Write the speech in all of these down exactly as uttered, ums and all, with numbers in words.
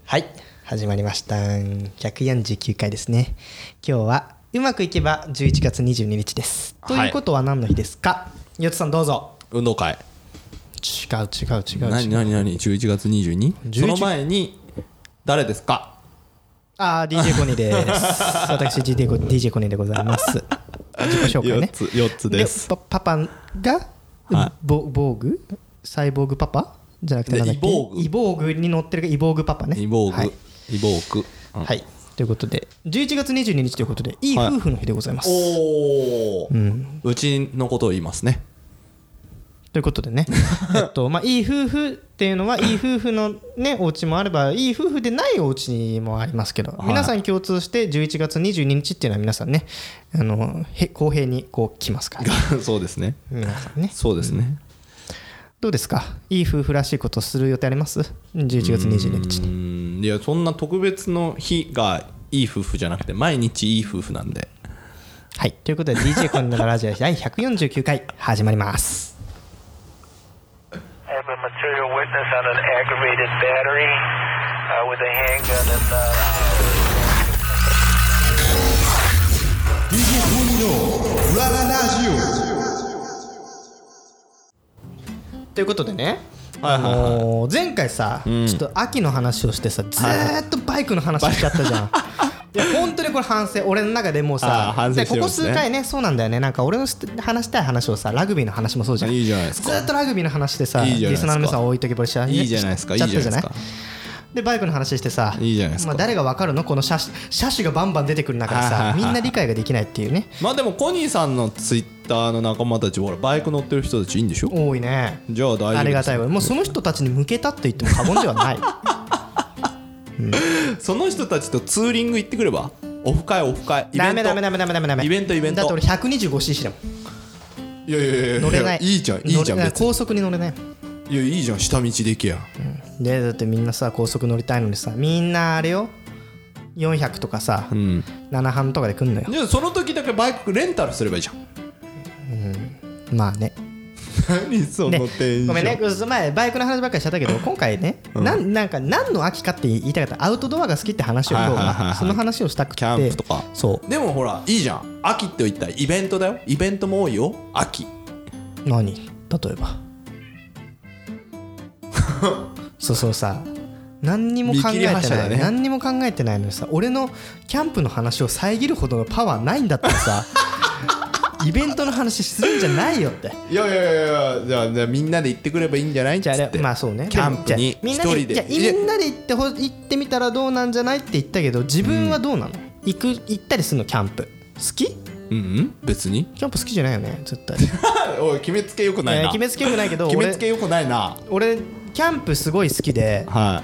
はい、始まりました。ひゃくよんじゅうきゅうかいですね。今日はうまくいけばじゅういちがつにじゅうににちです、はい、ということは何の日ですか？よつさんどうぞ。 運動会。 違う違う違う違う。 何何何じゅういちがつにじゅうに？その前に誰ですか？ あー ディージェー コニーです私 ディージェー コニーでございます。自己紹介ね。 よっつ、よっつです。 でパパが、はい、ボ防具サイボーグパパじゃなくてなんだっけ、イボーグイボーグに乗ってるがイボーグパパね。 イボーグ、はい、イボーグ、 うん、はいということでじゅういちがつにじゅうににちということでいい夫婦の日でございます、はい、 おー、うん、うちのことを言いますね。 ということでねえっとまあいい夫婦っていうのはいい夫婦のねお家もあればいい夫婦でないお家もありますけど、はい、皆さん共通してじゅういちがつにじゅうににちっていうのは皆さんねあのへ公平にこう来ますから、 ね、そうですね皆さんね。 そうですね、うん、 どうですか？いい夫婦らしいことをする予定あります？じゅういちがつにじゅうににちに。 うーん、いやそんな特別の日がいい夫婦じゃなくて毎日いい夫婦なんで。 はいということで ディージェー コニーのラジオだいひゃくよんじゅうきゅうかい始まります。 Material witness on an aggravated battery uh, with a handgun and uh... ディージェー コニーのラララジオということでね、 はいはいはい、 あのー、前回さ、うん、ちょっと秋の話をしてさずーっとバイクの話しちゃったじゃんいや本当にこれ反省俺の中でもうさ反省してるんここですね。 数回ねそうなんだよね。なんか俺の話したい話をさラグビーの話もそうじゃん。 いいじゃないですか。 ずっとラグビーの話でさいいじゃないですか。 リスナーの皆さん置いとけぼりしちゃう。 いいじゃないですか。いいじゃないですか。 でバイクの話してさいいじゃないですか。 まあ、誰が分かるのこの車種、車種がバンバン出てくる中でさみんな理解ができないっていうね。 まあでもコニーさんのツイッターの仲間たちほらバイク乗ってる人たちいいんでしょ。 多いね。 じゃあ大丈夫です。 ありがたいわ。もうその人たちに向けたって言っても過言ではないうん、その人たちとツーリング行ってくれば。オフ会オフ会イベント。 ダメダメダメダメダメダメ。 イベントイベント。 だって俺 ひゃくにじゅうごシーシー だもん。 いやいやいや乗れない。 いいじゃんいいじゃん。 高速に乗れない。 いやいいじゃん下道で行けや、 うん、でだってみんなさ高速乗りたいのにさみんなあれよよんひゃくとかさ、うん、なな班とかで来んのよ。 じゃあその時だけバイクレンタルすればいいじゃん、 うん、まあね何そのテンション、ね、 ごめんね前バイクの話ばっかりしちゃったけど今回ね、うん、なんなんか何の秋かって言いたかった。アウトドアが好きって話を、はいはいはいはい、その話をしたくてキャンプとか。 そうでもほらいいじゃん秋って言ったらイベントだよ。イベントも多いよ秋。 何例えばそうそうさ何にも考えてない、ね、何にも考えてないのにさ俺のキャンプの話を遮るほどのパワーないんだったらさイベントの話するんじゃないよって。 いやいやいやいやじゃあじゃあみんなで行ってくればいいんじゃないっつって。 まあそうねキャンプに一人でじゃあみんなで行ってほ行ってみたらどうなんじゃないって言ったけど自分はどうなの、うん、行く行ったりするのキャンプ好き？ うん、うん、別にキャンプ好きじゃないよね絶対おい決めつけよくないな。 決めつけよくないけど決めつけよくないな。 俺キャンプすごい好きで、はい、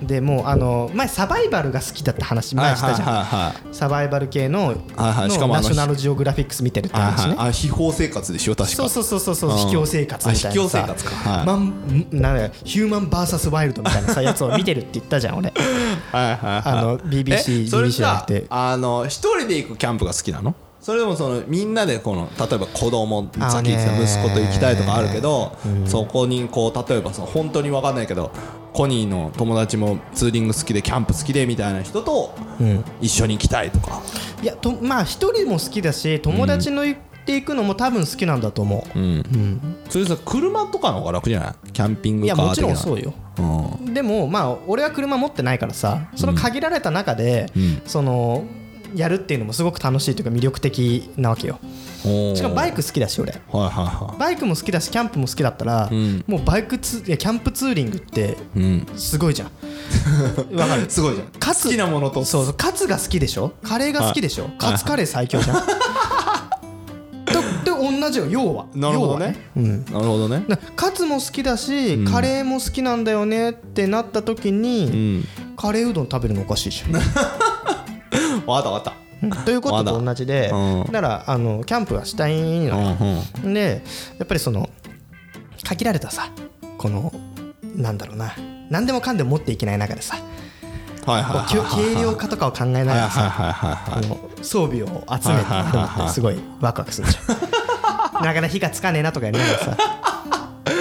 でもうあの前サバイバルが好きだって話前したじゃん、はいはいはいはい、サバイバル系 の,、はいはい、のナショナルジオグラフィックス見てるって話ね、はいはい、 あ秘宝生活でしょ確か。 そうそうそうそう秘境生活みたいなさ秘境生活か、はい、 マンなんだヒューマン ブイエス ワイルドみたいなさやつを見てるって言ったじゃん俺はいはい、はい、あの ビービーシーそれじゃなくてあの一人で行くキャンプが好きなの？それでもそのみんなでこの例えば子供さっき言ってた息子と行きたいとかあるけど、うん、そこにこう例えばその本当に分かんないけどコニーの友達もツーリング好きでキャンプ好きでみたいな人と一緒に行きたいとか、 うん、いやとまあ一人も好きだし友達の行っていくのも多分好きなんだと思う、うんうん、 それさ車とかの方が楽じゃない？キャンピングカー的な。 いやもちろんそうよ、うん、でもまあ俺は車持ってないからさその限られた中で、うん、そのやるっていうのもすごく楽しいというか魅力的なわけよ。しかもバイク好きだし俺、はいはいはい、バイクも好きだしキャンプも好きだったら、うん、もうバイクツいやキャンプツーリングってすごいじゃん、うん、わかるすごいじゃん。 カツ好きなものとそうそうカツが好きでしょカレーが好きでしょ、はい、カツカレー最強じゃんで同じよ要は。 なるほどね、うん、なるほどね。 カツも好きだし、うん、カレーも好きなんだよねってなった時に、うん、カレーうどん食べるのおかしいじゃんわかったわかったということと同じで、だからあのキャンプはしたいの、うん、でやっぱりその限られたさこのなんだろうな何でもかんでも持っていけない中でさ軽量化とかを考えながらさ装備を集めてやるのってすごいワクワクするじゃんなかなか火がつかねえなとかやりながらさそうい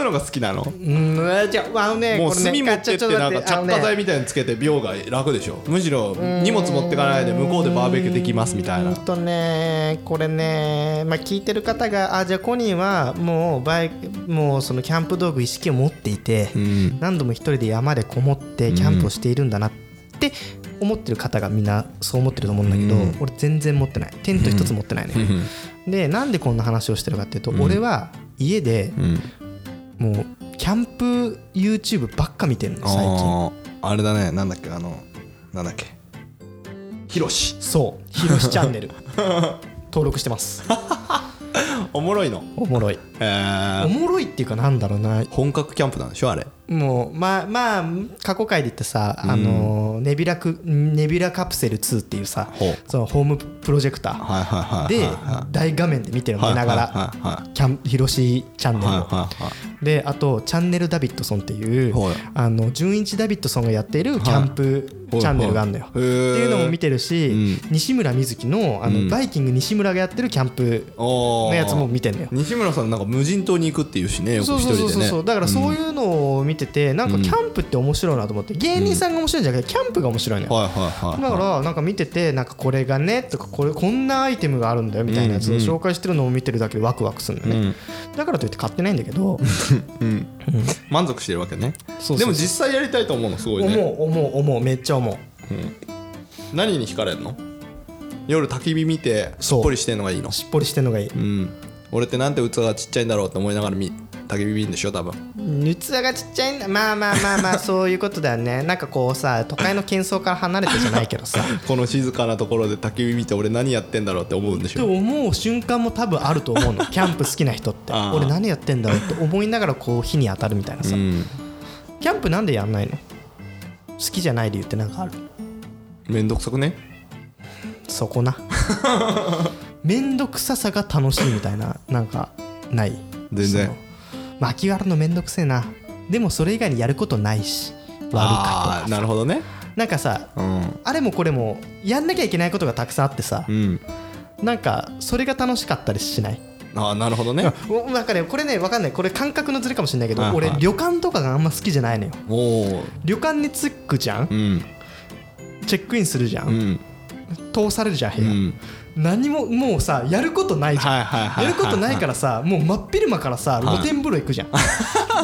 いうのが好きなの？ うんじゃああのねもうこれね炭持ってってなんか着火剤みたいにつけて秒が楽でしょ。むしろ荷物持ってかないで向こうでバーベキューできますみたいな。 うんとねこれねまあ聞いてる方があじゃあコニーはもうバイもうそのキャンプ道具意識を持っていて、うん、何度も一人で山でこもってキャンプをしているんだなって思ってる方がみんなそう思ってると思うんだけど、うん、俺全然持ってない。テント一つ持ってないね、うん、でなんでこんな話をしてるかっていうと、うん、俺は家で、うん、もうキャンプ YouTube ばっか見てるの最近。 あ, あれだねなんだっけあのなんだっけひろしそうひろしチャンネル登録してますおもろいのおもろい、えー、おもろいっていうかなんだろうな本格キャンプなんでしょあれ。 もうまあまあ過去回で言ってさ、うん、あのネビュラクネビュラカプセルツーっていうさそのホームプロジェクターで大画面で見てるの見ながらキャンヒロシチャンネルをであとチャンネルダビッドソンっていうあの純一ダビッドソンがやっているキャンプチャンネルがあるのよっていうのも見てるし、うん、西村瑞希のあのバイキング西村がやってるキャンプのやつも見てんのよ。 西村さんなんか無人島に行くっていうしねよく一人でね。そうそうそうそうだからそういうのを見ててなんかキャンプって面白いなと思って芸人さんが面白いんじゃなくてキャンプが面白いのよ。だからなんか見ててなんかこれがねとかこれこんなアイテムがあるんだよみたいなやつを紹介してるのを見てるだけでワクワクするんだよね、うん、だからといって買ってないんだけど、 うんうん、満足してるわけね。そうそうそうでも実際やりたいと思うのすごいね。 思う思う思うめっちゃ思う、 うん、何に惹かれるの？夜焚き火見てしっぽりしてんのがいいの？ しっぽりしてんのがいい、うん、 俺ってなんて器がちっちゃいんだろうって思いながら見焚き火見んでしょ多分。 器がちっちゃいんだまあまあまあまあそういうことだよね。なんかこうさ都会の喧騒から離れてじゃないけどさこの静かなところで焚き火見て俺何やってんだろうって思うんでしょ。 って思う瞬間も多分あると思うのキャンプ好きな人って俺何やってんだろうって思いながらこう火に当たるみたいなさ、うん、キャンプなんでやんないの？好きじゃない理由ってなんかある？ めんどくさくね？ そこなめんどくささが楽しいみたいななんかない？ 全然巻き割るのめんどくせえな。でもそれ以外にやることないし割るかとかあなるほどね。なんかさ、うん、あれもこれもやんなきゃいけないことがたくさんあってさ、うん、なんかそれが楽しかったりしない？ あなるほどね。 なんかねこれね分かんないこれ感覚のずれかもしれないけど俺旅館とかがあんま好きじゃないのよ。お旅館に着くじゃん、うん、チェックインするじゃん、うん、通されるじゃん部屋、うん、何ももうさやることないじゃん、はいはい、やることないからさもう真っ昼間からさ露天風呂行くじゃん、はい、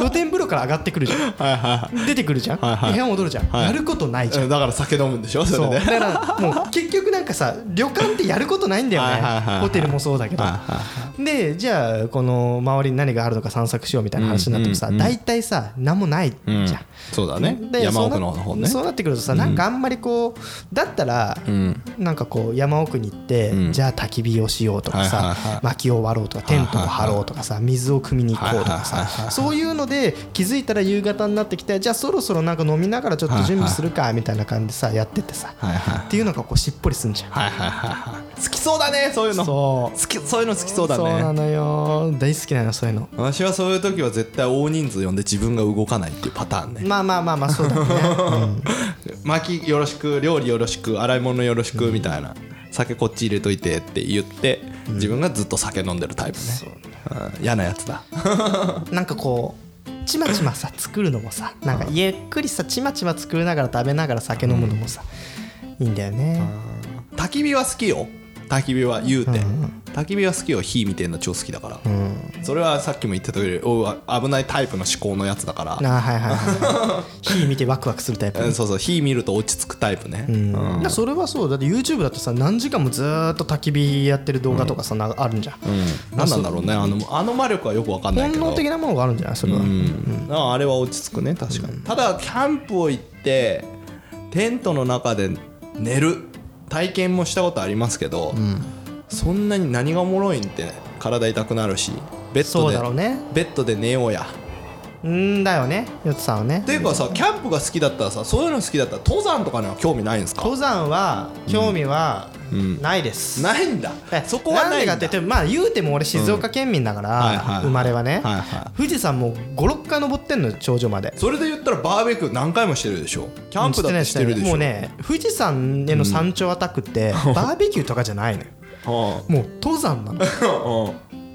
露天風呂から上がってくるじゃんはい、はい、出てくるじゃん、はいはい、部屋戻るじゃん、はい、やることないじゃん。 だから酒飲むんでしょそれで。 そうだからもう結局なんかさ旅館ってやることないんだよねはいはいはい、はい、ホテルもそうだけど、はいはいはい、でじゃあこの周りに何があるのか散策しようみたいな話になってもさ、うんうんうん、大体さ何もないじゃん、うん、 そうだね山奥の方ね。 そうなってくるとさなんかあんまりこうだったら、うん、なんかこう山奥に行って、うん、じゃあ焚き火をしようとかさ、はいはいはい、薪を割ろうとかテントを張ろうとかさ水を汲みに行こうとかさ、はいはいはい、そういうので気づいたら夕方になってきてじゃあそろそろなんか飲みながらちょっと準備するかみたいな感じでさやっててさ、はいはい、っていうのがこうしっぽりすんじゃん、はいはいはい、 好きそうだねそういうの。そう好きそういうの好きそうだね。 そうなのよ大好きなのそういうの。 私はそういう時は絶対大人数呼んで自分が動かないっていうパターンね。 まあまあまあまあそうだね、うん、 薪よろしく料理よろしく洗い物よろしくみたいな、うん、酒こっち入れといてって言って自分がずっと酒飲んでるタイプね、うん、嫌なやつだなんかこうちまちまさ作るのもさなんかゆっくりさちまちま作りながら食べながら酒飲むのもさ、うん、いいんだよね。 焚き火は好きよ。焚き火は言うて、うん、焚き火は好きよ。火みたいな超好きだから、うん、それはさっきも言ってたより危ないタイプの思考のやつだから。あ、はいはいはい、 火見てワクワクするタイプ、ね、 そうそう火見ると落ち着くタイプね、 うんうん、それはそうだって YouTube だってさ何時間もずっと焚き火やってる動画とかさ、うん、あるんじゃん、うん、 何なんだろうねあの、あの魔力はよく分かんないけど本能的なものがあるんじゃないそれは、うんうん、あれは落ち着くね確かに、うん、ただキャンプを行ってテントの中で寝る体験もしたことありますけど、うん、そんなに何がおもろいんって体痛くなるしベッドでそうだろうねベッドで寝ようやんだよねヨッツさんはね。 っていうかさキャンプが好きだったらさそういうの好きだったら登山とかには興味ないんですか？ 登山は興味はないです、 うんうん、ないんだ。そこはないんだ。 なんでかって言ってまあ言うても俺静岡県民だから、うん、生まれはね、はいはい、富士山もご、ろっかい登ってんの頂上まで。 それで言ったらバーベキュー何回もしてるでしょ。キャンプだってしてるでしょ。 もうね富士山への山頂アタックって、うん、バーベキューとかじゃないのよもう登山なの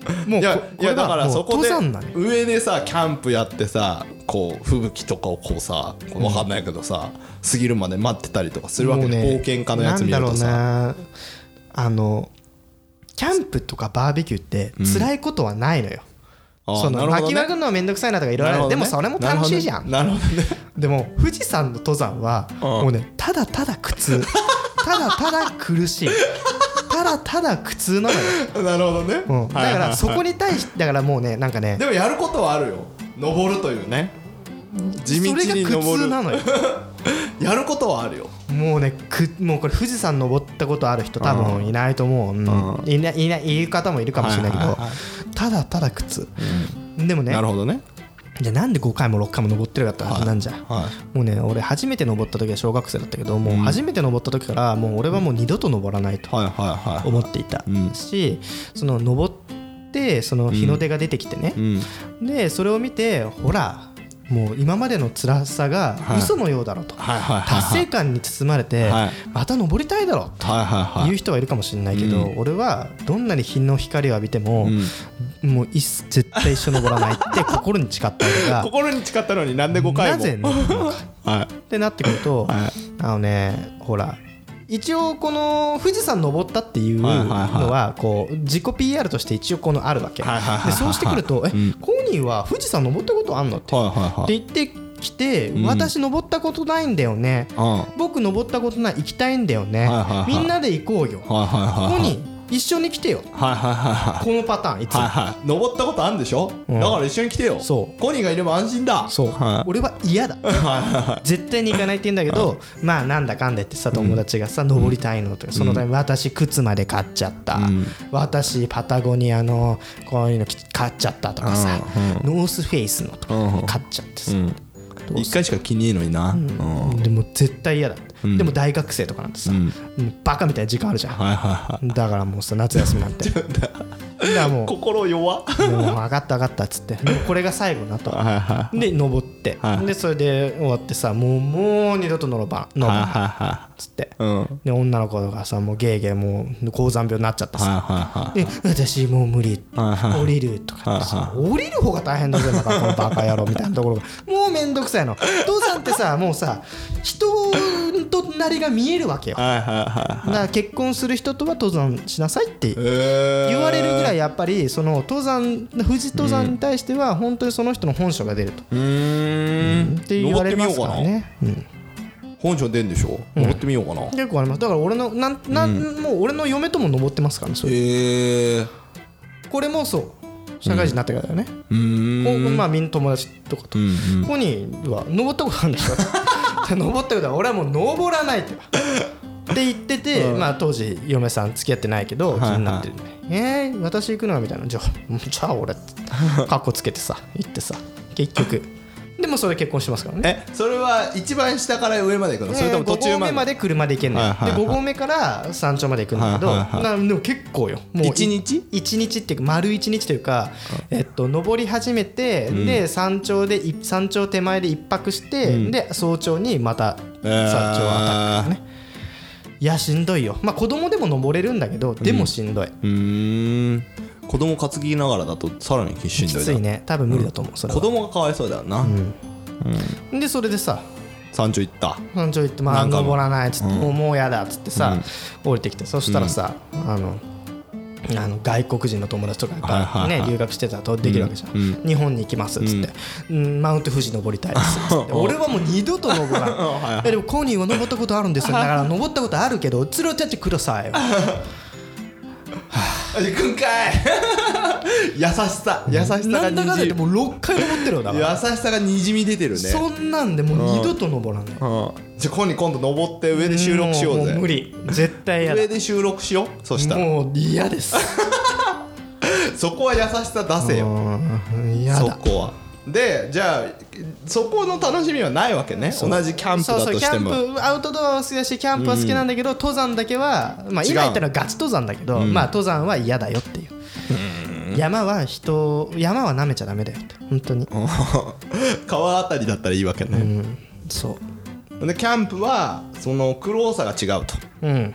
もういやいやだからそこで登山だね。 上でさキャンプやってさこう吹雪とかをこうさ分かんないけどさ過ぎるまで待ってたりとかするわけで、冒険家のやつ見るとさ、 なんだろうな、あのキャンプとかバーベキューって辛いことはないのよ、うん、その薪割るのはめんどくさいなとかいろいろある、でもそれも楽しいじゃん。 なるほどね。 でも富士山の登山はもうねただただ苦痛ただただ苦しいただただ苦痛なのよ。 なるほどね、 うん、だからそこに対してだからもうねなんかね、 でもやることはあるよ、登るというね、地道に登る、 それが苦痛なのよやることはあるよ。 もうねくもうこれ富士山登ったことある人多分いないと思う、うん、いないいない言う方もいるかもしれないけど、はいはいはい、ただただ苦痛、うん、でもね、 なるほどね。 じゃあなんでごかいもろっかいも登ってるかって話なんじゃ、はいはい、もうね俺初めて登った時は小学生だったけど、もう初めて登った時からもう俺はもう二度と登らないと思っていたし、その登ってその日の出が出てきてね、うんうん、でそれを見てほらもう今までの辛さが嘘のようだろうと、達成感に包まれてまた登りたいだろうという人はいるかもしれないけど、俺はどんなに日の光を浴びてももう絶対一緒登らないって心に誓った俺が心に誓ったのになんでごかいもなぜ登るのかってなってくると、あのねほら一応この富士山登ったっていうのはこう自己 ピーアール として一応このあるわけで、そうしてくるとえコーニーは富士山登ったことあんのって言ってきて、私登ったことないんだよね、僕登ったことない、行きたいんだよね、みんなで行こうよ、ここに一緒に来てよ、はいはいはいはい、このパターンいつも、はいはい、 登ったことあるんでしょ、うん、だから一緒に来てよ、そうコニーがいれば安心だ、 そう、はい、俺は嫌だ絶対に行かないって言うんだけどまあなんだかんだ言ってさ友達がさ、うん、登りたいのとか、そのため私靴まで買っちゃった、うん、私パタゴニアのこういうの買っちゃったとかさ、うん、ノースフェイスのとか買っちゃってさ、うんいっかいしか気に入るのにな、うんうん、でも絶対嫌だ、うん、でも大学生とかなんてさ、うん、バカみたいな時間あるじゃん、はいはいはい、だからもうさ夏休みなんてだからもう心弱っもう分かった分かったっつってでもこれが最後なとはい、はい、で登って、はい、でそれで終わってさもうもう二度と登ばん登ばん、はいはい、つって、うん、で女の子がさもうゲーゲーもう高山病になっちゃってさ、はいはいはい、で私もう無理、はいはい、降りるとかってさ、はいはい、降りる方が大変だぜだからこのバカ野郎みたいなところがもうめんどくさいの登山ってさもうさ人となりが見えるわけよ、はいはいはいはい、だから結婚する人とは登山しなさいって言われるぐらいやっぱりその登山富士登山に対しては本当にその人の本性が出ると、うーんって言われますからね、うん、 本性出るんでしょ、登ってみようかな、うん、 結構あります。だから俺のなんなん、うん、もう俺の嫁とも登ってますからねそれ、へーこれもそう社会人になってからだよね、うん、まあみんな友達とかと、うんうん、コニーは登ったことあるんでしょ登ったことは俺はもう登らないってって言ってて、うん、まあ当時嫁さん付き合ってないけど気になってるんで、はいはい、えー、私行くのはみたいな、じゃあじゃあ俺カッコつけてさ行ってさ結局でもそれ結婚してますからね。 えそれは一番下から上まで行くの、それとも途中まで？ご合目まで車で行けんのよ、はいはいはい、でご合目から山頂まで行くんだけど、はいはいはい、なでも結構よもういちにちいちにちっていうか丸いちにちというか、えっと、登り始めて、うん、で山頂で山頂手前で一泊して、うん、で早朝にまた山頂アタックね、えー、いやしんどいよ。まあ子供でも登れるんだけどでもしんどい、うん、うーん子供担ぎながらだとさらにしんどいな。 きついね多分無理だと思う、うん、それは子供がかわいそうだよな、うんうん、でそれでさ山頂行った山頂行ってまあ登らないっつって、うん、もうもうやだっつってさ、うん、降りてきてそしたらさ、うん、あのあの外国人の友達とかが、ねはいはいはい、留学してたらできるわけじゃん、うん、日本に行きますっつって、うん、マウント富士登りたいですっつって俺はもう二度と登らないでもコニーは登ったことあるんですよだから登ったことあるけど連れてってくださいよ行くんかい優しさ優しさがにじみなんだかんだってもうろっかい登ってるよだから優しさがにじみ出てるね。 そんなんでもう二度と登らない、うんうん、じゃあ今度今度登って上で収録しようぜ。 もう無理絶対嫌だ上で収録しよう。そしたらもう嫌ですそこは優しさ出せよ。 嫌だそこはでじゃあそこの楽しみはないわけね。同じキャンプだとしても。そうそうキャンプアウトドアは好きだしキャンプは好きなんだけど、うん、登山だけは、まあ、今言ったのはガチ登山だけど、うんまあ、登山は嫌だよっていう、うん、山は人山は舐めちゃダメだよって本当に川あたりだったらいいわけね、うん、 そうでキャンプはその苦労さが違うと、 うん、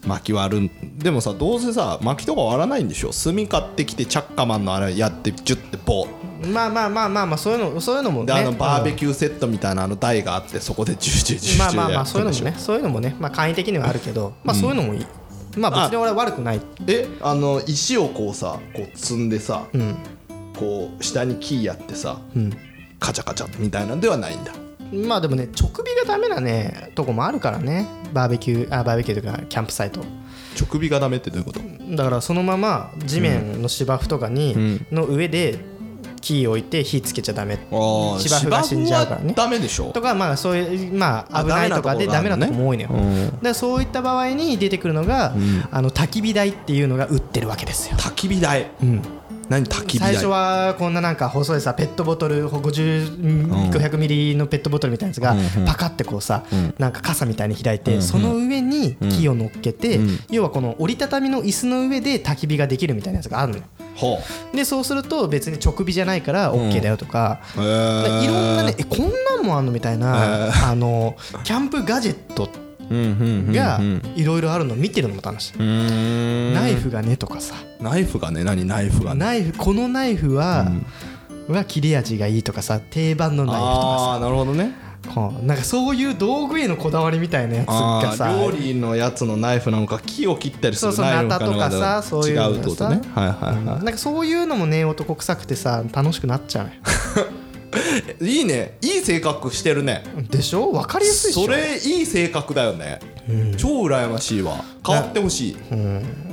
薪割るでもさどうせさ薪とか割らないんでしょ。炭買ってきてチャッカマンのあれやってジュッてボーまあまあまあまあまあそういうのそういうのもね。 であのバーベキューセットみたいなあの台があってそこでジュージュージュージューまあまあまあそういうのもねそういうのもねまあ簡易的にはあるけどまあそういうのもいい、うん、まあ別に俺は悪くない。 えあの石をこうさこう積んでさ、うん、こう下に木やってさ、うん、カチャカチャみたいなんではないんだ。 まあでもね直火がダメなねとこもあるからね。バーベキューあバーベキューとかキャンプサイト直火がダメってどういうこと？ だからそのまま地面の芝生とかに、うん、の上で木を置いて火つけちゃダメ、うん、芝生が死んじゃうからね。 ダメでしょ。 とかまあそういうまあ危ないとかでダメなとこも多いのよ、うん、でそういった場合に出てくるのが、うん、あの焚き火台っていうのが売ってるわけですよ。 焚き火台、 うん何焚き火台。 最初はこんななんか細いさペットボトルごじゅう、ごひゃくミリのペットボトルみたいなやつがパカってこうさなんか傘みたいに開いてその上に木を乗っけて要はこの折りたたみの椅子の上で焚き火ができるみたいなやつがあるのよ。でそうすると別に直火じゃないから OK だよとかいろんなねえこんなんもあんのみたいなあのキャンプガジェットがいろいろあるの見てるのも楽しい。ナイフがねとかさ。 ナイフがね何ナイフがね。 ナイフこのナイフは、うん、は切れ味がいいとかさ定番のナイフとかさ。 ああなるほどね。 なんかそういう道具へのこだわりみたいなやつがさ料理のやつのナイフなのか木を切ったりするナイフなのかとかさそういうの違うってことね。はいはいはい、うん、 なんかそういうのもね男臭くてさ楽しくなっちゃうねいいねいい性格してるね。 でしょ分かりやすいでしょ。 それいい性格だよね、うん、超羨ましいわ。変わってほしい、うん、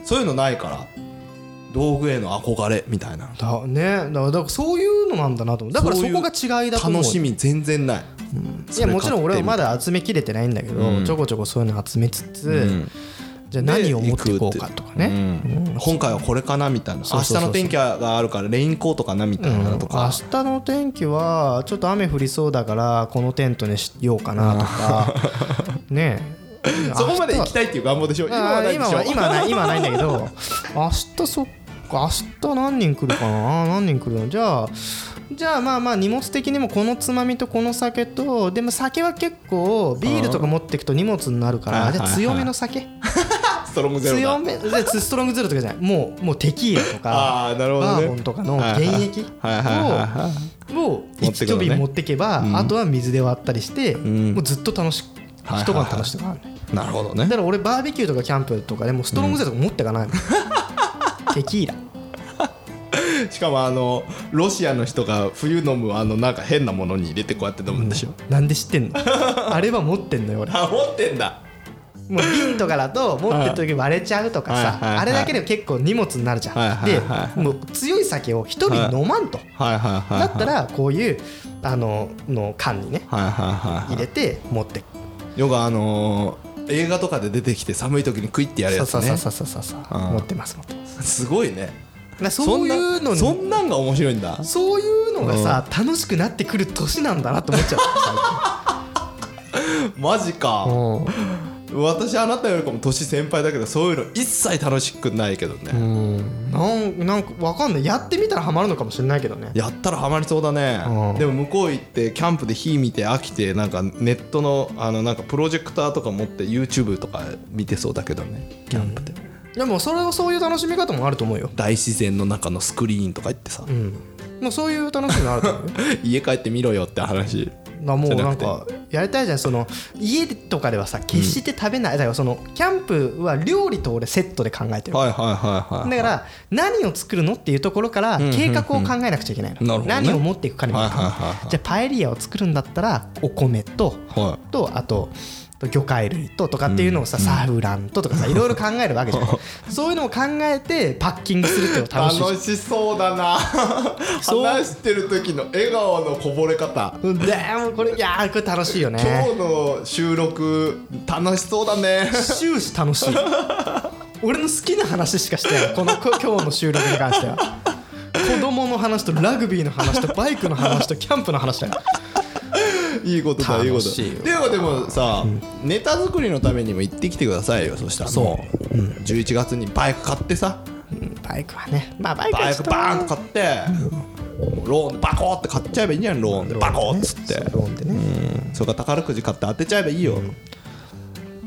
そういうのないから道具への憧れみたいなだね。だからそういうのなんだなと思う。だからそこが違いだと思う。 楽しみ全然ない、 うん、いやもちろん俺はまだ集めきれてないんだけど、うん、ちょこちょこそういうの集めつつ、うん、じゃあ何を持っていこうかとかね、 うんうん、今回はこれかなみたいな。明日の天気があるからレインコートかなみたいなとか、 うん、明日の天気はちょっと雨降りそうだからこのテントにしようかなとかねえそこまで行きたいっていう願望でしょ。今はないでしょ。 今はない今はないんだけど明日そっか明日何人来るかな何人来るの。じゃあじゃあまあまあ荷物的にもこのつまみとこの酒とでも酒は結構ビールとか持っていくと荷物になるからじゃあ強めの酒ストロングゼロだ。 強めでストロングゼロとかじゃないもうもうテキーラとかあーなるほどねバーボンとかの原液ををいち瓶持ってけばあとは水で割ったりしてもうずっと楽しく一晩楽しくなるね。 なるほどね。 だから俺バーベキューとかキャンプとかでもストロングゼロとか持ってかないのテキーラしかもあのロシアの人が冬飲むあのなんか変なものに入れてこうやって飲むんでしょ、 うん、なんで知ってんのあれは持ってんのよ俺。 あ持ってんだ。 もう瓶とかだと持ってる時割れちゃうとかさ、はいはいはい、あれだけで結構荷物になるじゃん、はいはいはい、でもう強い酒を一人飲まんと、はいはいはいはい、だったらこういうあのの缶にね、はいはいはいはい、入れて持ってよくあのー、映画とかで出てきて寒い時にクイッてやるやつね。 そうそうそうそうそう持ってます持ってます。 すごいね。 そういうのにそんなんが面白いんだ。 そういうのがさ、うん、楽しくなってくる年なんだなって思っちゃうマジか、うん、私あなたよりかも年先輩だけどそういうの一切楽しくないけどね。 うんなんなんか分かんない。やってみたらハマるのかもしれないけどね。 やったらハマりそうだね、うん、でも向こう行ってキャンプで火見て飽きてなんかネットのあのなんかプロジェクターとか持って YouTube とか見てそうだけどねキャンプで、うんでもそれはそういう楽しみ方もあると思うよ。 大自然の中のスクリーンとか言ってさ、うん、 もうそういう楽しみもあると思うよ家帰ってみろよって話もうなんかやりたいじゃん。その家とかではさ決して食べない、うん、だからそのキャンプは料理と俺セットで考えてる、はいはいはいはい、だから何を作るのっていうところから計画を考えなくちゃいけないの、うんうんうん、何を持っていくかにもよる、はいはいはいはい、じゃあパエリアを作るんだったらお米と、はい、とあと魚介類ととかっていうのをさ、うん、サフランととかさいろいろ考えるわけじゃんそういうのを考えてパッキングするっていうの楽しい。 楽しそうだな話してる時の笑顔のこぼれ方でもこれいやこれ楽しいよね。 今日の収録楽しそうだね終始楽しい俺の好きな話しかしてないこの今日の収録に関しては子供の話とラグビーの話とバイクの話とキャンプの話だよいいことだいいことだ。でもでもさ、うん、ネタ作りのためにも行ってきてくださいよ。そしたらもう、うん、じゅういちがつにバイク買ってさ、 うん、バイクはね、まあ、バイクバイクバーンと買って、うん、ローンでバコーって買っちゃえばいいんじゃん。ローンでバコーっつって、 ローンでね、 うん、それから宝くじ買って当てちゃえばいいよ、うん、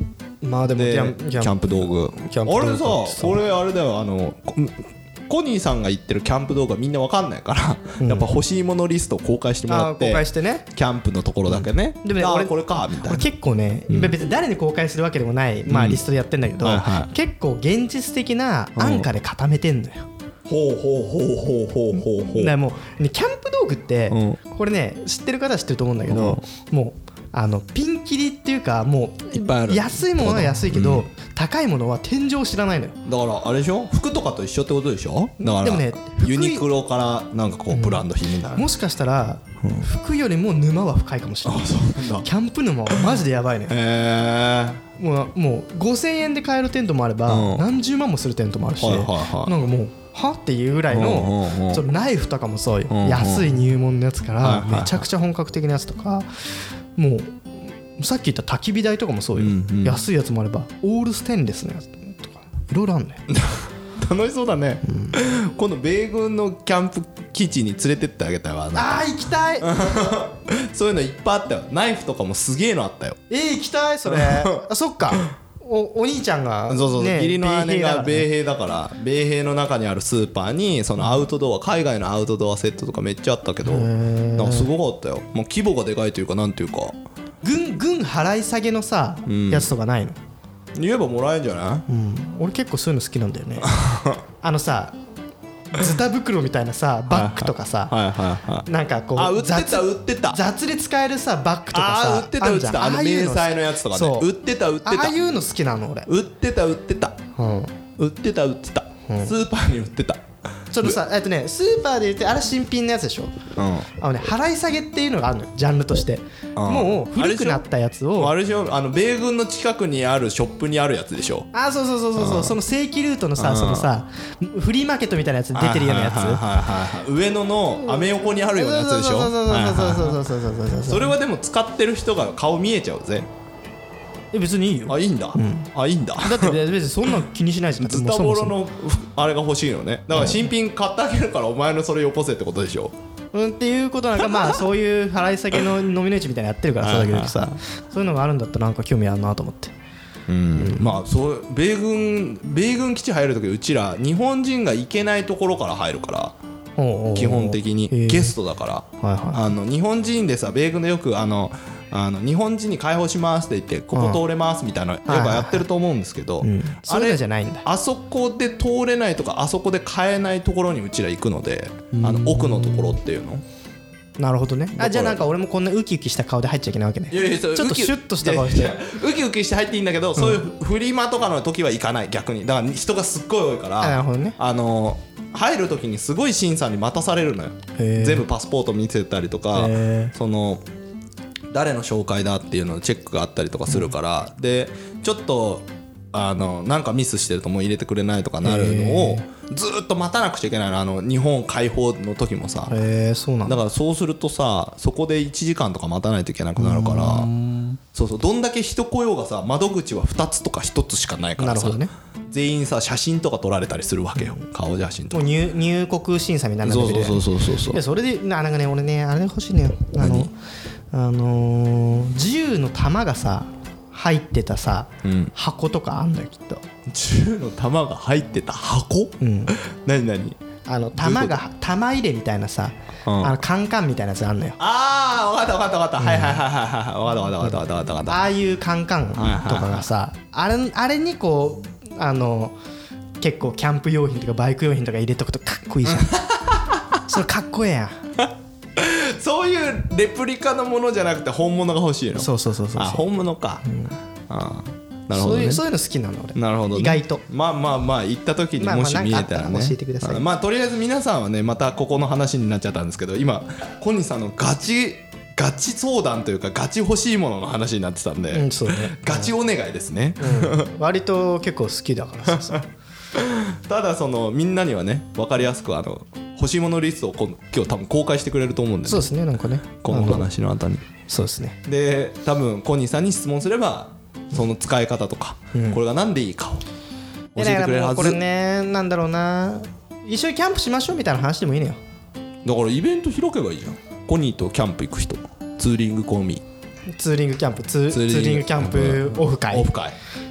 まあでもでキャンキャンプ道具キャンプ道具俺さ俺あれだよあのコニーさんが言ってるキャンプ動画みんなわかんないから、うん、やっぱ欲しいものリストを公開してもらって公開してねキャンプのところだけね、 うん、でもね俺あこれかみたいな結構ね、うん、別に誰に公開するわけでもない、まあ、リストでやってんだけど、うんはいはい、結構現実的な安価で固めてんのよ、 うん、ほうほうほうほうほうほうほうだからもう、ね、キャンプ道具って、うん、これね知ってる方は知ってると思うんだけど、うん、もうあのピンキリっていうかもういっぱいある安いものは安いけど、うん、高いものは天井を知らないのよ。 だからあれでしょ服とかと一緒ってことでしょ。だからでも、ね、ユニクロからなんかこうブランド品みたいな、 うん、もしかしたら、うん、服よりも沼は深いかもしれない。あそうなんだ。キャンプ沼はマジでやばいね。へーもう、もうごせんえんで買えるテントもあれば、うん、何十万もするテントもあるし、はいはいはい、なんかもうはっていうぐらいの、うんうんうん、そのナイフとかもそうよ、うんうん、安い入門のやつから、はいはいはい、めちゃくちゃ本格的なやつとかもうさっき言った焚き火台とかもそうよ、うんうん、安いやつもあればオールステンレスのやつとかいろいろあるね楽しそうだね、うん、今度米軍のキャンプ基地に連れてってあげたいわ。 あー行きたいそういうのいっぱいあったよ。ナイフとかもすげえのあったよ。 えー、行きたいそれあそっか お, お兄ちゃんが、ね、 そうそうそう義理の姉が米兵だから米兵の中にあるスーパーにそのアウトドア海外のアウトドアセットとかめっちゃあったけどなんかすごかったよ。もう規模がでかいというかなんていうか軍, 軍払い下げのさ、うん、やつとかないの。 言えばもらえんじゃない、 うん、俺結構そういうの好きなんだよねあのさズタ袋みたいなさバッグとかさ、はいはいはい、なんかこうあ売ってた売ってた雑で使えるさバッグとかさあ売ってた売ってたあの迷彩のやつとかね売ってた売ってたああいうの好きなの俺。 売ってた売ってた、うん、売ってた売ってた、うん、スーパーに売ってた。 ちょっとさえっとねスーパーで言ってあれ新品のやつでしょ、うん、あのね払い下げっていうのがあるのよジャンルとして、うん、もう古くなったやつをあれでしょあの米軍の近くにあるショップにあるやつでしょ。 あそうそうそうそうそう、うん、その正規ルートのさ、うん、そのさフリーマーケットみたいなやつ出てるようなやつ上野のアメ横にあるようなやつでしょ。そうそうそうそうそうそうそうそうそれはでも使ってる人が顔見えちゃうぜ。 え別にいいよ。 あいいんだ、うん、あいいんだ。 だって別にそんな気にしないじゃん。 ズタボロのあれが欲しいのね。だから新品買ってあげるからお前のそれよこせってことでしょ。 うんっていうことなんかまあそういう払い下げの飲みの市みたいなやってるからさだけどさそういうのがあるんだったらなんか興味あるなと思って。 うん、うん、まあそう米軍米軍基地入るときうちら日本人が行けないところから入るから。おうおう基本的にゲストだから、はいはい、あの日本人でさ米軍でよくあのあの日本人に解放しますって言ってここ通れますみたいなよくやってると思うんですけど、 はいはいはい、あれじゃないんだ。 あそこで通れないとかあそこで買えないところにうちら行くのであの奥のところっていうの。 なるほどね。あじゃあなんか俺もこんなウキウキした顔で入っちゃいけないわけね。いやいやちょっとシュッとした顔してウキウキして入っていいんだけど、うん、そういうフリマとかの時は行かない逆に。だから人がすっごい多いからなるほどね。 あの入る時にすごい審査に待たされるのよ。全部パスポート見せたりとかその誰の紹介だっていうのチェックがあったりとかするから、うん、でちょっとあのなんかミスしてるともう入れてくれないとかなるのをずっと待たなくちゃいけないの。あの日本解放の時もさ。 へーそうなんだ。 だからそうするとさそこでいちじかんとか待たないといけなくなるから、そうそうどんだけ人来ようがさ窓口はふたつとかひとつしかないからさ、ね、全員さ写真とか撮られたりするわけよ。顔写真とかもう 入, 入国審査みたいなので、 そうそうそうそうそう。 それでななんかね俺ねあれ欲しいのよ。あのあのー、銃の弾がさ入ってたさ、うん、箱とかあんだよきっと。 銃の弾が入ってた箱？うん、何何？ あの弾が弾入れみたいなさ、うん、あのカンカンみたいなやつあんのよ。 ああ分かった分かった分かった、うん、はいはいはいはいはい分かった分かった分かった分かった分かった。 ああいうカンカンとかがさ、あれあれにこうあの結構キャンプ用品とかバイク用品とか入れとくとかっこいいじゃんそれかっこええやんそういうレプリカのものじゃなくて本物が欲しいの。 そうそうそうそう。 あ本物か、うん、あなるほど、ね、 そういうそういうの好きなの俺。 なるほど、ね、 意外とまあまあまあ行った時にもし見えたらね、まあ、 教えてください。 まあとりあえず皆さんはねまたここの話になっちゃったんですけど今コニーさんのガチガチ相談というかガチ欲しいものの話になってたんで、うんそうね、ガチお願いですね、 うん、割と結構好きだからさただそのみんなにはね分かりやすくあの欲しいものリストを今日多分公開してくれると思うんで、ね、 そうですねなんかねこの話の後に。 そうですね。 で多分コニーさんに質問すればその使い方とか、うん、これがなんでいいかを教えてくれるはず。 これねなんだろうな一緒にキャンプしましょうみたいな話でもいいのよ。 だからイベント開けばいいじゃん。コニーとキャンプ行く人ツーリングコミツーリングキャンプツー、ツーリングキャンプオフ会オフ会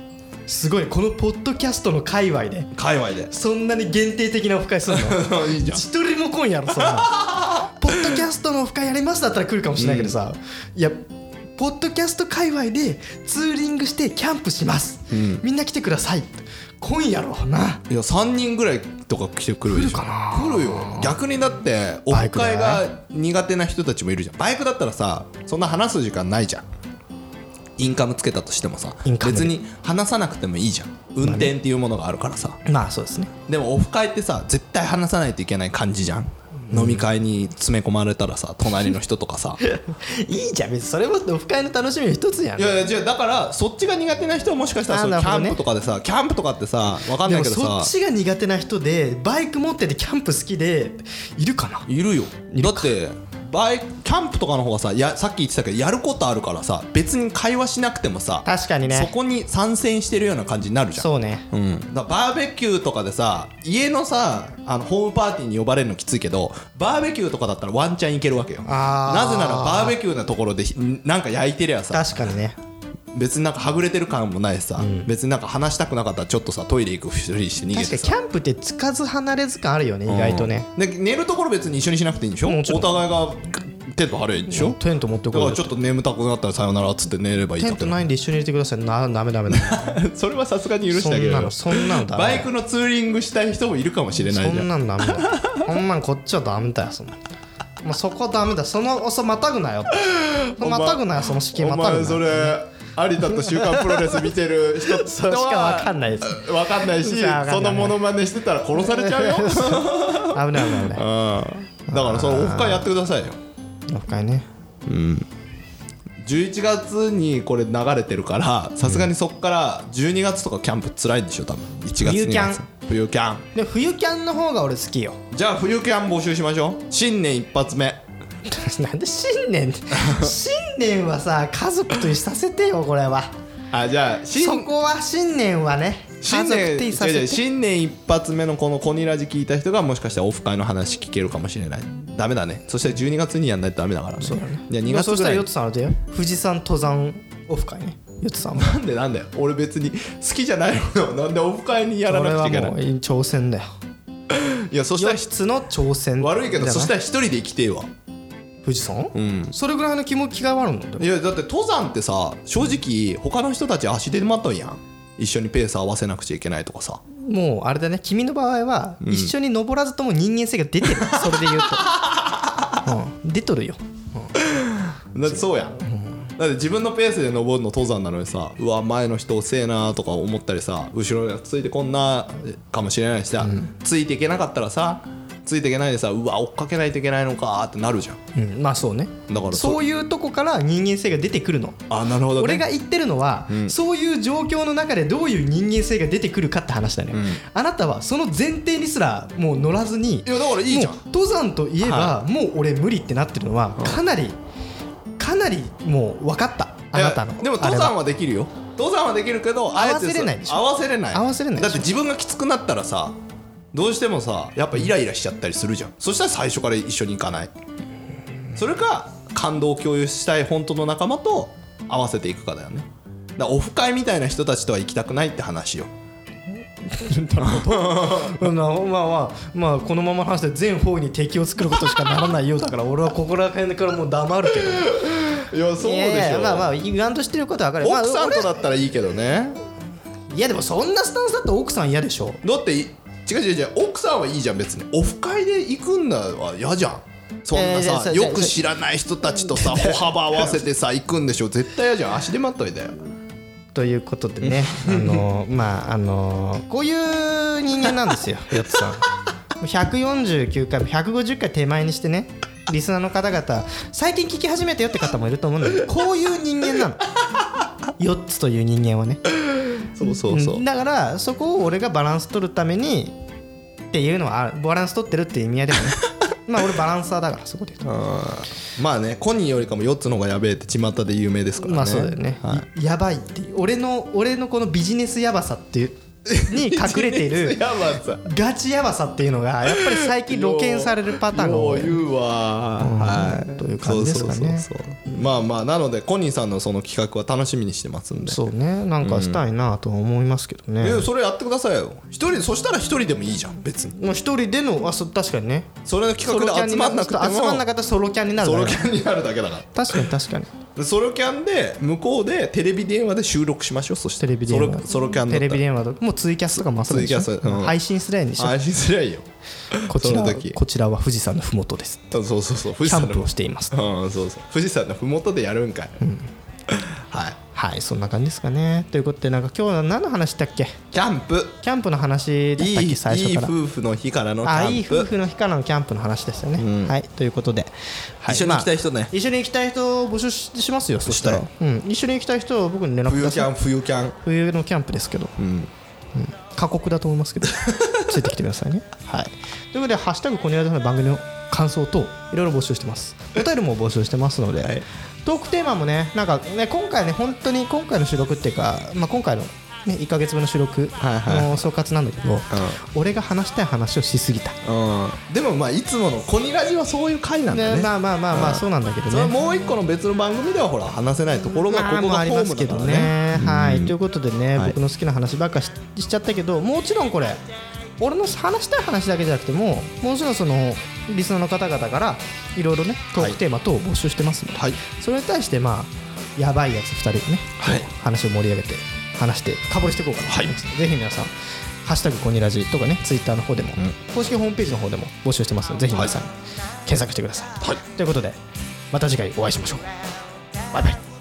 すごいこのポッドキャストの界隈で界隈でそんなに限定的なオフ会するのいいじゃん。 一人も来んやろそんなポッドキャストのオフ会やりますだったら来るかもしれないけどさ、うん、いやポッドキャスト界隈でツーリングしてキャンプします、うん、みんな来てください来んやろな。 いやさんにんぐらいとか来てくるでしょ。 来るかな。 来るよ。逆にだってオフ会が苦手な人たちもいるじゃん。バイクだったらさそんな話す時間ないじゃん。インカムつけたとしてもさ別に話さなくてもいいじゃん。運転っていうものがあるからさ。 まあそうですね。 でもオフ会ってさ絶対話さないといけない感じじゃん。飲み会に詰め込まれたらさ隣の人とかさいいじゃん別にそれもオフ会の楽しみの一つやん。 いやいやじゃあだからそっちが苦手な人はもしかしたらそのキャンプとかでさ、ね、キャンプとかってさ分かんないけどさでもそっちが苦手な人でバイク持っててキャンプ好きでいるかな。 いるよ。だってバイキャンプとかの方がさやさっき言ってたけどやることあるからさ別に会話しなくてもさ確かにねそこに参戦してるような感じになるじゃん。 そうね、 うん、だバーベキューとかでさ家のさあのホームパーティーに呼ばれるのきついけどバーベキューとかだったらワンチャンいけるわけよ。なぜならバーベキューなところでなんか焼いてりゃさ確かにね別になんかはぐれてる感もないしさ、うん、別になんか話したくなかったらちょっとさトイレ行くふりして逃げてさ。 確かにキャンプってつかず離れず感あるよね、うん、意外とね。 で寝るところ別に一緒にしなくていいんでしょ。お互いがテント張ればいいんでしょ。 テント持ってこい。 だからちょっと眠たくなったらさよならっつって寝ればいい。 テントないんで一緒に入れてください。なダメダメダメそれはさすがに許してあげるよ。 そんなのダメ。 バイクのツーリングしたい人もいるかもしれないじゃん。 そんなんダメだほんまにこっちはダメだよそんな。もうそこダメだ。そのそまたぐなよまたぐなよその敷居またぐなよ。お前それ有田と週刊プロレス見てる人とそれしか分かんないです。 分かんないしそのモノマネしてたら殺されちゃうよ危ない危ない危ない。だからそのオフ会やってくださいよ。 オフ会ね。 うんじゅういちがつにこれ流れてるからさすがにそっからじゅうにがつとかキャンプつらいんでしょ多分。いちがつ冬キャン冬キャンで冬キャンの方が俺好きよ。 じゃあ冬キャン募集しましょう。新年一発目なんで新年新年はさ家族とさせてよこれは。 あじゃあ新そこは新年はね新年させて新年一発目のこのコニラジ聞いた人がもしかしたらオフ会の話聞けるかもしれない。ダメだね。そしたらじゅうにがつにやんないとダメだからね。 そうだね。 じゃあにがつぐらい。 そしたらヨッツさんあれだよ富士山登山オフ会ね。ヨッツさんなんでなんだよ俺別に好きじゃないのなんでオフ会にやらなくちゃいけない。 それはもう挑戦だよ。 いやそしたらヨッツの挑戦悪いけどそしたら一人で生きてえわ富士山、 うん、 それぐらいの気も気があるの。 いやだって登山ってさ正直他の人たち足手まといやん。一緒にペース合わせなくちゃいけないとかさ。 もうあれだね君の場合は一緒に登らずとも人間性が出てる、うん、それで言うと、うん、出とるよ、 うん、だってそうやん、うん、だって自分のペースで登るの登山なのにさうわ前の人遅えなとか思ったりさ後ろについてこんなかもしれないしさ、うん、ついていけなかったらさついていけないでさうわ追っかけないといけないのかってなるじゃん、 うん、まあそうね。 だからそ, そういうとこから人間性が出てくるの。 あなるほど、ね、 俺が言ってるのは、うん、そういう状況の中でどういう人間性が出てくるかって話だね、うん、あなたはその前提にすらもう乗らずにいやだからいいじゃん。 登山といえば、はい、もう俺無理ってなってるのはかなりかなりもう分かったあなたの。 でも登山はできるよ。登山はできるけど合わせれないでしょ。 合わせれない合わせれないだって自分がきつくなったらさどうしてもさやっぱイライラしちゃったりするじゃん。そしたら最初から一緒に行かない。それか感動を共有したい本当の仲間と合わせていくかだよね。だからオフ会みたいな人たちとは行きたくないって話よなるほどまあまあまあ、まあ、このまま話して全方位に敵を作ることしかならないようだから俺はここら辺からもう黙るけどいやそうでしょ。いやいやまあまあ言わんとしてることは分かる。 奥さんとだったらいいけどね。 いやでもそんなスタンスだと奥さん嫌でしょ。 だって違う違う違う奥さんはいいじゃん別に。オフ会で行くんだは嫌じゃん。そんなさ、えー、よく知らない人たちとさ歩幅合わせてさ行くんでしょ。絶対嫌じゃん。足手まといだよということでねあのー、まああのー、こういう人間なんですよヨッツさん。ひゃくよんじゅうきゅうかいもひゃくごじゅっかい手前にしてねリスナーの方々最近聞き始めたよって方もいると思うんだけどこういう人間なのヨッツという人間はね。 そうそうそうだからそこを俺がバランス取るためにっていうのはバランス取ってるっていう意味合いでもねまあ俺バランサーだからそこで言うとあまあねコニーよりかもよっつの方がやべえって巷で有名ですからね。 まあそうだよね、はい、やばいっていう俺の俺のこのビジネスやばさっていうに隠れているガチやばさっていうのがやっぱり最近露見されるパターンが多い。 言うわ、うん、はい、 という感じですかね。 そうそうそうそう、まあまあなのでコニーさんのその企画は楽しみにしてますんで。 そうね、なんかしたいなとは思いますけどね、 うん、それやってくださいよ一人で。そしたら一人でもいいじゃん別に。 もう一人での、あ、そ確かにね、 それの企画で集まんなくても集まんなかったらソロキャンになるだけ。 ソロキャンになるだけだから。 確かに確かに。 ソロキャンで向こうでテレビ電話で収録しましょう。そしてテレビ電話、 ソロキャンだったらテレビ電話ともうツイキャスとかもあるでしょ、 ツイキャス、うん、 配信すりゃいいんでしょ。 配信すりゃいいよ。 こちらこちらは富士山のふもとです。 そうそうそう、 富士山のキャンプをしています。 うん、そうそう、富士山のふもとでやるんかい、うん、はいはい、そんな感じですかね。ということで、なんか今日は何の話だっけ。 キャンプキャンプの話だったっけ。最初から。 いい夫婦の日からのキャンプ。 あ、いい夫婦の日からのキャンプの話ですよね、うん、はい、ということで、はい、 一緒に行きたい人ね、 まあ、一緒に行きたい人を募集 し, しますよ。そしたら、うん、一緒に行きたい人は僕に連絡ください。 冬キャン冬キャン冬のキャンプですけど、うんうん、過酷だと思いますけどついてきてくださいね。はい、ということで、ハッシュタグコニラジの番組の感想等いろいろ募集してます。お便りも募集してますので、はい、トークテーマもね、なんかね、今回ね、本当に今回の収録っていうか、まあ、今回の、ね、いっかげつぶんの収録の総括なんだけど、はいはい、うん、俺が話したい話をしすぎた、 うん、でもまあいつものコニラジはそういう回なんだね。 まあまあまあまあ、うん、そうなんだけどね。 もう一個の別の番組ではほら話せないところがここがホームだからね、まあ、ありますけどね、 うん、はい、ということでね、はい、僕の好きな話ばっか し, しちゃったけど、もちろんこれ俺の話したい話だけじゃなくても、もちろんそのリスナーの方々からいろいろね、トークテーマ等を募集してますので、はい、それに対してまあやばいやつふたりでね、はい、話を盛り上げて話して深掘りしていこうかなと思います、はい、ぜひ皆さんハッシュタグコニラジとかね、ツイッターの方でも、うん、公式ホームページの方でも募集してますので、ぜひ皆さん検索してください、はい、ということでまた次回お会いしましょう。バイバイ。